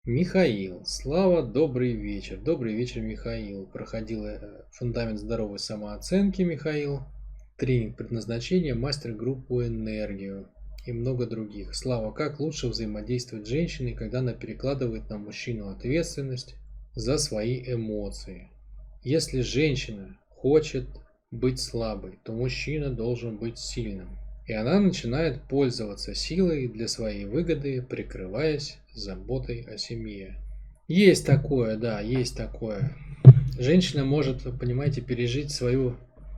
Михаил, Слава, добрый вечер. Добрый вечер, Михаил. Проходил фундамент здоровой самооценки, Михаил. Тренинг предназначения, мастер группу энергию и много других. Слава, как лучше взаимодействовать с женщиной, когда она перекладывает на мужчину ответственность за свои эмоции? Если женщина хочет быть слабой, то мужчина должен быть сильным. И она начинает пользоваться силой для своей выгоды, прикрываясь заботой о семье. Есть такое, да, есть такое. Женщина может, понимаете, пережить свою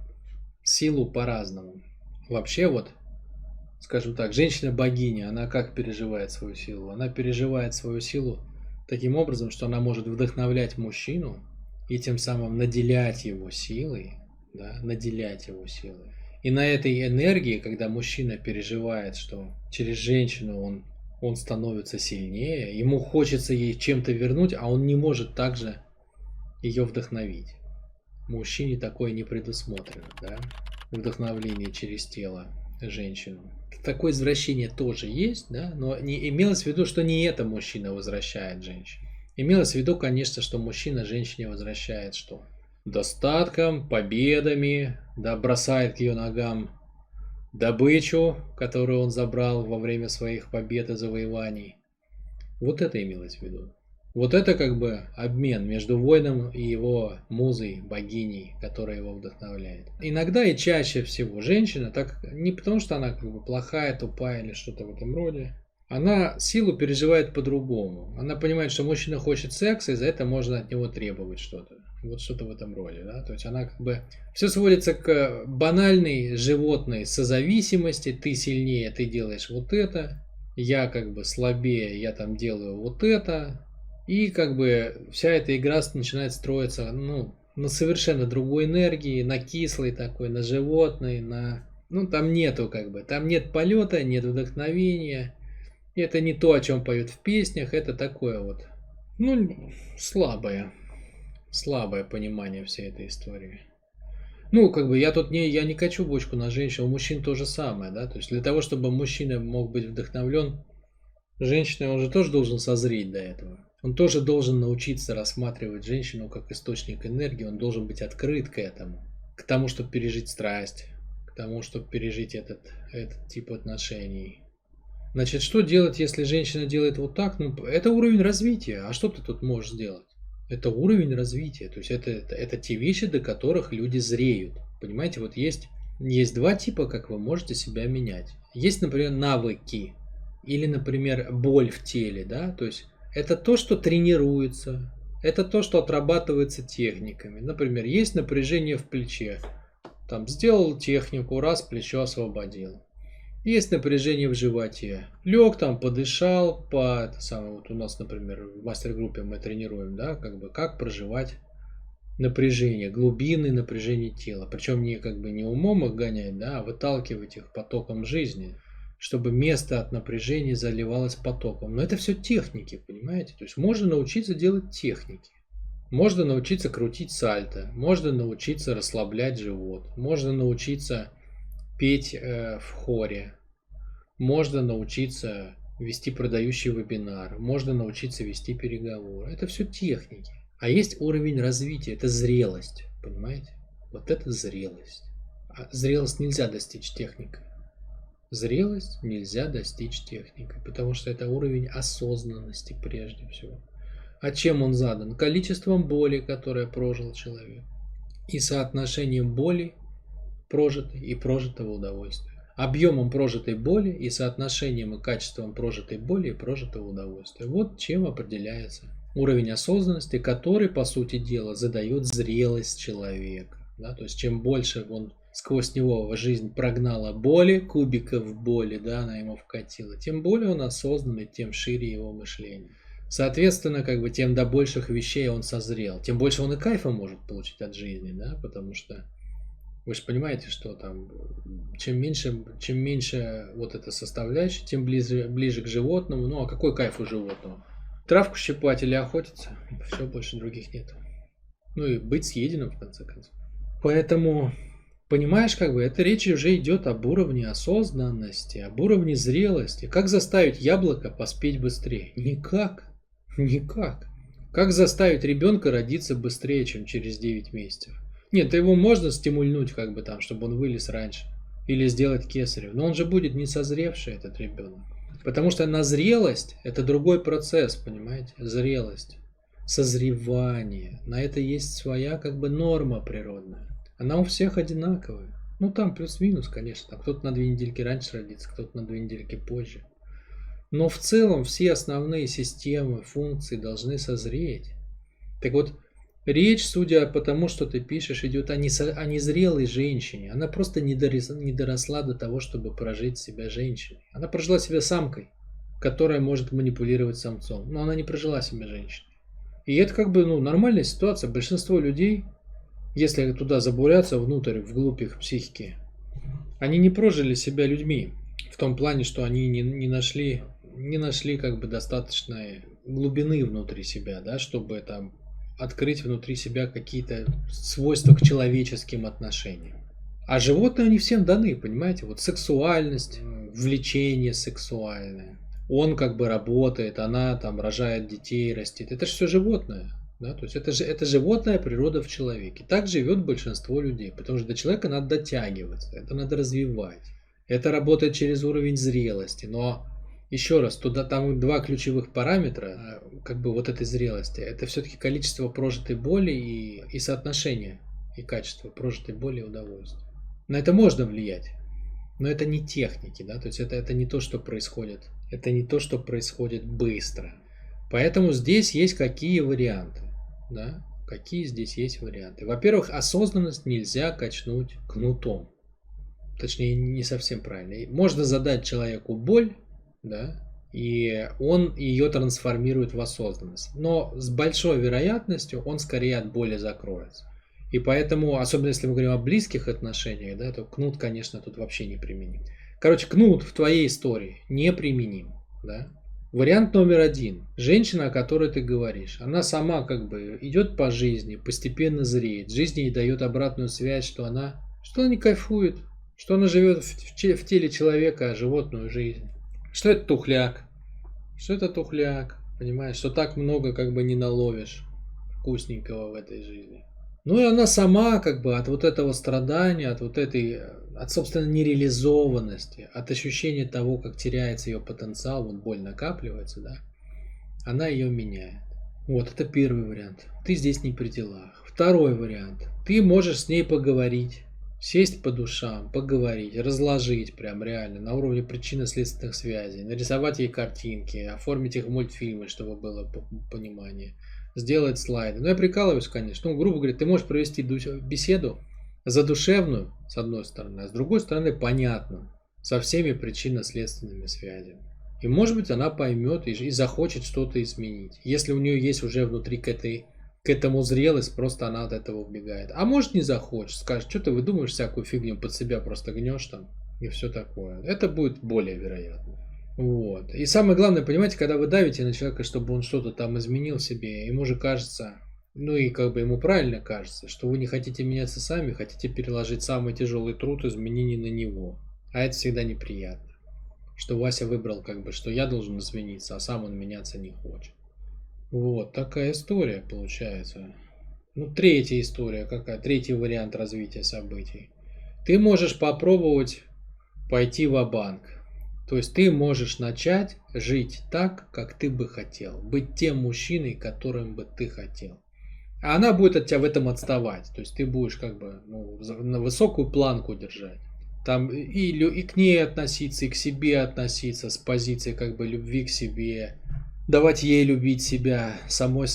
силу по-разному. Вообще вот, скажем так, женщина-богиня, она как переживает свою силу? Она переживает свою силу таким образом, что она может вдохновлять мужчину и тем самым наделять его силой, да, наделять его силой. И на этой энергии, когда мужчина переживает, что через женщину он становится сильнее, ему хочется ей чем-то вернуть, а он не может также ее вдохновить. Мужчине такое не предусмотрено, да? Вдохновление через тело женщину. Такое извращение тоже есть, да? Но не имелось в виду, что не это мужчина возвращает женщине. Имелось в виду, конечно, что мужчина женщине возвращает что? Достатком, победами, да, бросает к ее ногам добычу, которую он забрал во время своих побед и завоеваний. Вот это имелось в виду. Вот это как бы обмен между воином и его музой, богиней, которая его вдохновляет. Иногда и чаще всего женщина, так не потому что она как бы плохая, тупая или что-то в этом роде, она силу переживает по-другому. Она понимает, что мужчина хочет секса, и за это можно от него требовать что-то. Вот что-то в этом роде, да. То есть она как бы... Все сводится к банальной животной созависимости. Ты сильнее, ты делаешь вот это. Я как бы слабее, я там делаю вот это. И как бы вся эта игра начинает строиться, ну, на совершенно другой энергии, на кислой такой, на животной, на... Ну, там нету как бы, там нет полета, нет вдохновения. Это не то, о чем поют в песнях, это такое вот, ну, слабое понимание всей этой истории. Ну, как бы я не качу бочку на женщин, у мужчин то же самое, да, то есть для того, чтобы мужчина мог быть вдохновлен, женщина, он же тоже должен созреть до этого. Он тоже должен научиться рассматривать женщину как источник энергии, он должен быть открыт к этому, к тому, чтобы пережить страсть, к тому, чтобы пережить этот тип отношений. Значит, что делать, если женщина делает вот так? Ну, это уровень развития. А что ты тут можешь сделать? Это уровень развития. То есть это те вещи, до которых люди зреют. Понимаете, вот есть два типа, как вы можете себя менять. Есть, например, навыки. Или, например, боль в теле. Да? То есть это то, что тренируется. Это то, что отрабатывается техниками. Например, есть напряжение в плече. Там сделал технику, раз плечо освободил. Есть напряжение в животе. Лег там, подышал, это самое, вот у нас, например, в мастер-группе мы тренируем, да, как бы как проживать напряжение, глубины напряжения тела. Причем не как бы не умом их гонять, да, а выталкивать их потоком жизни, чтобы место от напряжения заливалось потоком. Но это все техники, понимаете? То есть можно научиться делать техники. Можно научиться крутить сальто, можно научиться расслаблять живот, можно научиться петь в хоре, можно научиться вести продающий вебинар, можно научиться вести переговоры. Это все техники. А есть уровень развития, это зрелость, понимаете? Вот это зрелость. А зрелость нельзя достичь техникой. Зрелость нельзя достичь техникой, потому что это уровень осознанности прежде всего. А чем он задан? Количеством боли, которое прожил человек, и соотношением боли прожитой и прожитого удовольствия. Объемом прожитой боли и соотношением и качеством прожитой боли и прожитого удовольствия. Вот чем определяется уровень осознанности, который, по сути дела, задает зрелость человека. Да? То есть чем больше он сквозь него жизнь прогнала боли, кубиков боли, да, она ему вкатила, тем более он осознанный, тем шире его мышление. Соответственно, как бы тем до больших вещей он созрел, тем больше он и кайфа может получить от жизни, да, потому что вы же понимаете, что там чем меньше вот эта составляющая, тем ближе к животному. Ну а какой кайф у животного? Травку щипать или охотиться? Все, больше других нет. Ну и быть съеденным в конце концов. Поэтому, понимаешь, как бы, эта речь уже идет об уровне осознанности, об уровне зрелости. Как заставить яблоко поспеть быстрее? Никак. Никак. Как заставить ребенка родиться быстрее, чем через 9 месяцев? Нет, его можно стимульнуть, как бы там, чтобы он вылез раньше. Или сделать кесарево. Но он же будет не созревший, этот ребенок. Потому что на зрелость это другой процесс, понимаете? Зрелость. Созревание. На это есть своя как бы норма природная. Она у всех одинаковая. Ну там плюс-минус, конечно. Там кто-то на 2 недельки раньше родится, кто-то на 2 недельки позже. Но в целом все основные системы, функции должны созреть. Так вот, речь, судя по тому, что ты пишешь, идет о незрелой женщине. Она просто не доросла до того, чтобы прожить себя женщиной. Она прожила себя самкой, которая может манипулировать самцом. Но она не прожила себя женщиной. И это как бы нормальная ситуация. Большинство людей, если туда забуряться внутрь, вглубь их психики, они не прожили себя людьми. В том плане, что они не нашли как бы достаточной глубины внутри себя, да, чтобы там открыть внутри себя какие-то свойства к человеческим отношениям. А животные, они всем даны, понимаете? Вот сексуальность, влечение сексуальное. Он как бы работает, она там рожает детей, растит. Это же все животное. Да? То есть это животная природа в человеке. Так живет большинство людей. Потому что до человека надо дотягиваться, это надо развивать. Это работает через уровень зрелости. Но еще раз, туда там два ключевых параметра, как бы вот этой зрелости. Это все-таки количество прожитой боли и соотношение и качество прожитой боли и удовольствия. На это можно влиять, но это не техники, да, то есть это не то, что происходит. Это не то, что происходит быстро. Поэтому здесь есть какие варианты, да? Какие здесь есть варианты? Во-первых, осознанность нельзя качнуть кнутом. Точнее, не совсем правильно. Можно задать человеку боль, да, и он ее трансформирует в осознанность. Но с большой вероятностью он скорее от боли закроется. И поэтому, особенно если мы говорим о близких отношениях, да, то кнут, конечно, тут вообще не применим. Короче, кнут в твоей истории не применим. Да? Вариант номер один. Женщина, о которой ты говоришь, она сама как бы идет по жизни, постепенно зреет. Жизнь ей дает обратную связь, что она не кайфует, что она живет в теле человека, а животную жизнь. Что это тухляк? Что это тухляк? Понимаешь, что так много как бы не наловишь вкусненького в этой жизни. Ну и она сама как бы от вот этого страдания, от собственно нереализованности, от ощущения того, как теряется ее потенциал, вот боль накапливается, да, она ее меняет. Вот, это первый вариант. Ты здесь не при делах. Второй вариант. Ты можешь с ней поговорить, сесть по душам, поговорить, разложить прям реально на уровне причинно-следственных связей, нарисовать ей картинки, оформить их в мультфильмы, чтобы было понимание. Сделать слайды. Ну, я прикалываюсь, конечно. Ну, грубо говоря, ты можешь провести беседу задушевную, с одной стороны, а с другой стороны, понятную, со всеми причинно-следственными связями. И, может быть, она поймет и захочет что-то изменить. Если у нее есть уже внутри к этому зрелость, просто она от этого убегает. А может, не захочет, скажет, что ты выдумываешь всякую фигню, под себя просто гнешь там и все такое. Это будет более вероятно. Вот. И самое главное, понимаете, когда вы давите на человека, чтобы он что-то там изменил себе, ему же кажется, ну и как бы ему правильно кажется, что вы не хотите меняться сами, хотите переложить самый тяжелый труд изменений на него. А это всегда неприятно. Что Вася выбрал как бы, что я должен измениться, а сам он меняться не хочет. Вот такая история получается. Ну, третья история какая? Третий вариант развития событий. Ты можешь попробовать пойти ва-банк. То есть ты можешь начать жить так, как ты бы хотел. Быть тем мужчиной, которым бы ты хотел. А она будет от тебя в этом отставать. То есть ты будешь как бы на высокую планку держать. Там и к ней относиться, и к себе относиться с позиции как бы любви к себе. Давать ей любить себя самой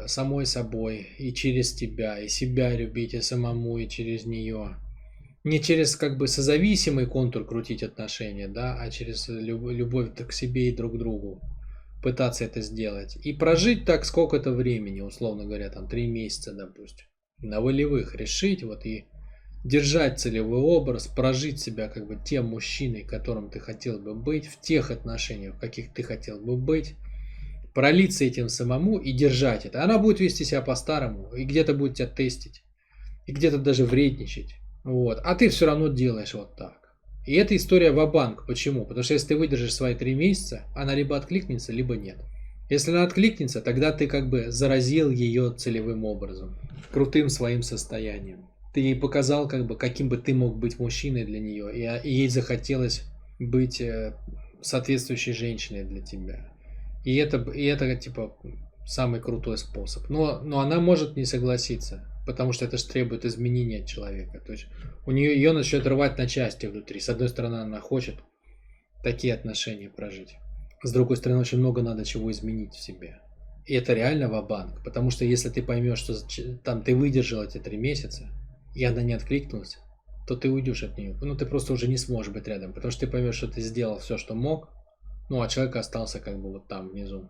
собой и через тебя. И себя любить и самому, и через нее. Не через как бы созависимый контур крутить отношения, да, а через любовь к себе и друг к другу пытаться это сделать. И прожить так сколько-то времени, условно говоря, там 3 месяца, допустим, на волевых решить, вот и держать целевой образ, прожить себя как бы тем мужчиной, которым ты хотел бы быть, в тех отношениях, в каких ты хотел бы быть, пролиться этим самому и держать это. Она будет вести себя по-старому, и где-то будет тебя тестить, и где-то даже вредничать. Вот. А ты все равно делаешь вот так. И эта история ва-банк. Почему? Потому что если ты выдержишь свои 3 месяца, она либо откликнется, либо нет. Если она откликнется, тогда ты как бы заразил ее целевым образом, крутым своим состоянием. Ты ей показал, как бы, каким бы ты мог быть мужчиной для нее, и ей захотелось быть соответствующей женщиной для тебя. И это типа самый крутой способ. Но она может не согласиться, потому что это же требует изменения человека. То есть у нее ее начнет рвать на части внутри. С одной стороны, она хочет такие отношения прожить. С другой стороны, очень много надо чего изменить в себе. И это реально ва-банк. Потому что если ты поймешь, что там ты выдержал эти 3 месяца, и она не откликнулась, то ты уйдешь от нее. Ну, ты просто уже не сможешь быть рядом. Потому что ты поймешь, что ты сделал все, что мог, ну, а человек остался как бы вот там внизу,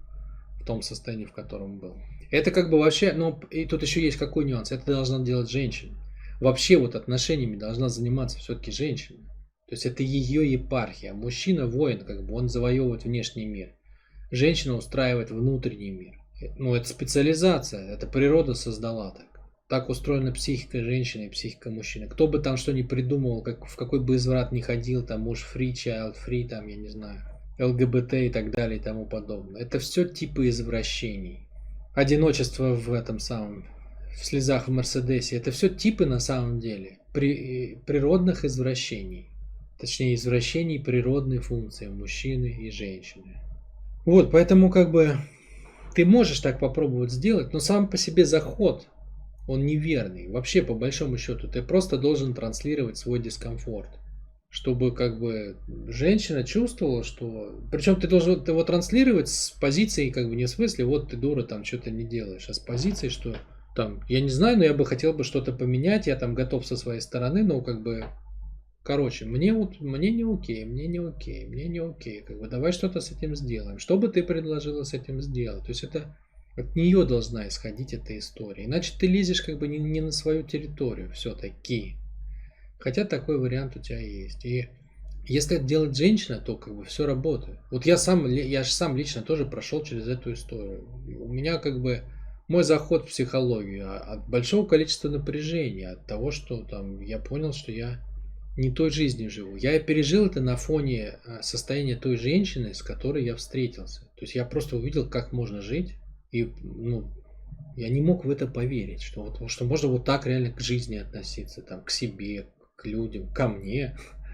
в том состоянии, в котором был. Это как бы вообще, ну, и тут еще есть какой нюанс. Это должна делать женщина. Вообще вот отношениями должна заниматься все-таки женщина. То есть это ее епархия. Мужчина воин, как бы он завоевывает внешний мир. Женщина устраивает внутренний мир. Ну, это специализация, это природа создала так. Так устроена психика женщины и психика мужчины. Кто бы там что ни придумывал, в какой бы изврат ни ходил, там муж free, child free, там, я не знаю, ЛГБТ и так далее и тому подобное. Это все типы извращений. Одиночество в этом самом, в слезах в Мерседесе, это все типы на самом деле природных извращений. Точнее, извращений природной функции мужчины и женщины. Вот, поэтому как бы ты можешь так попробовать сделать, но сам по себе заход, он неверный. Вообще, по большому счету, ты просто должен транслировать свой дискомфорт. Чтобы как бы женщина чувствовала, что... Причем ты должен его транслировать с позиции, как бы не в смысле, вот ты дура, там что-то не делаешь, а с позиции, что там, я не знаю, но я бы хотел бы что-то поменять, я там готов со своей стороны, но как бы... Короче, мне не окей, мне не окей, мне не окей. Как бы давай что-то с этим сделаем. Что бы ты предложила с этим сделать? То есть это от нее должна исходить эта история. Иначе ты лезешь как бы не на свою территорию все-таки. Хотя такой вариант у тебя есть. И если это делает женщина, то как бы все работает. Вот я же сам лично тоже прошел через эту историю. У меня как бы мой заход в психологию от большого количества напряжения, от того, что там я понял, что я не той жизнью живу. Я пережил это на фоне состояния той женщины, с которой я встретился. То есть я просто увидел, как можно жить, и ну, я не мог в это поверить, что можно вот так реально к жизни относиться, там, к себе, к людям, ко мне,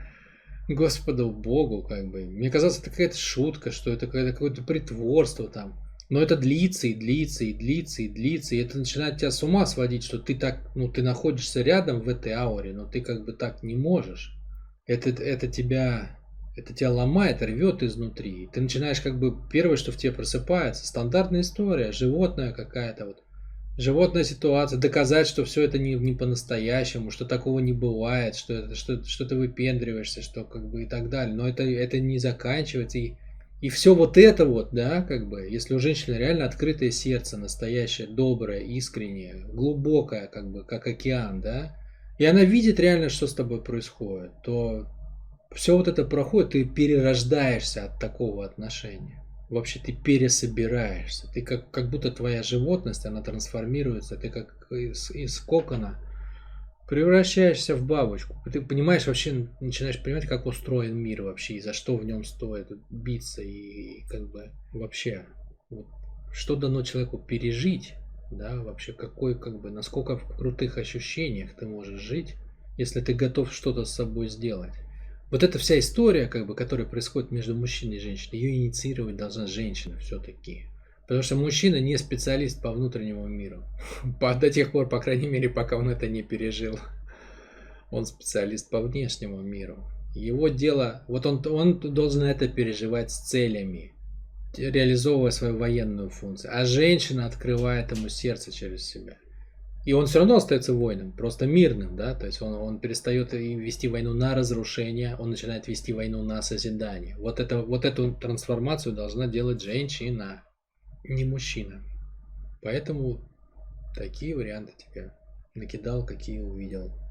Господу Богу, как бы. Мне казалось, это какая-то шутка, что это какое-то притворство там. Но это длится и длится и длится и длится, и это начинает тебя с ума сводить, что ты так, ну, ты находишься рядом в этой ауре, но ты как бы так не можешь. Это тебя ломает, рвет изнутри. Ты начинаешь как бы, первое, что в тебе просыпается, стандартная история, животная какая-то вот. Животная ситуация, доказать, что все это не по-настоящему, что такого не бывает, что ты выпендриваешься, что как бы и так далее. Но это не заканчивается. И все вот это вот, да, как бы, если у женщины реально открытое сердце, настоящее, доброе, искреннее, глубокое, как бы, как океан, да, и она видит реально, что с тобой происходит, то все вот это проходит, ты перерождаешься от такого отношения. Вообще ты пересобираешься. Ты как будто твоя животность, она трансформируется. Ты как из кокона превращаешься в бабочку. Ты понимаешь, вообще начинаешь понимать, как устроен мир вообще, и за что в нем стоит биться, и как бы вообще, вот, что дано человеку пережить, да, вообще какой, как бы, насколько в крутых ощущениях ты можешь жить, если ты готов что-то с собой сделать. Вот эта вся история, как бы, которая происходит между мужчиной и женщиной, ее инициировать должна женщина все-таки. Потому что мужчина не специалист по внутреннему миру. До тех пор, по крайней мере, пока он это не пережил. Он специалист по внешнему миру. Его дело, вот он должен это переживать с целями, реализовывая свою военную функцию. А женщина открывает ему сердце через себя. И он все равно остается воином, просто мирным, да, то есть он перестает вести войну на разрушение, он начинает вести войну на созидание. Вот эту трансформацию должна делать женщина, не мужчина. Поэтому такие варианты тебе накидал, какие увидел.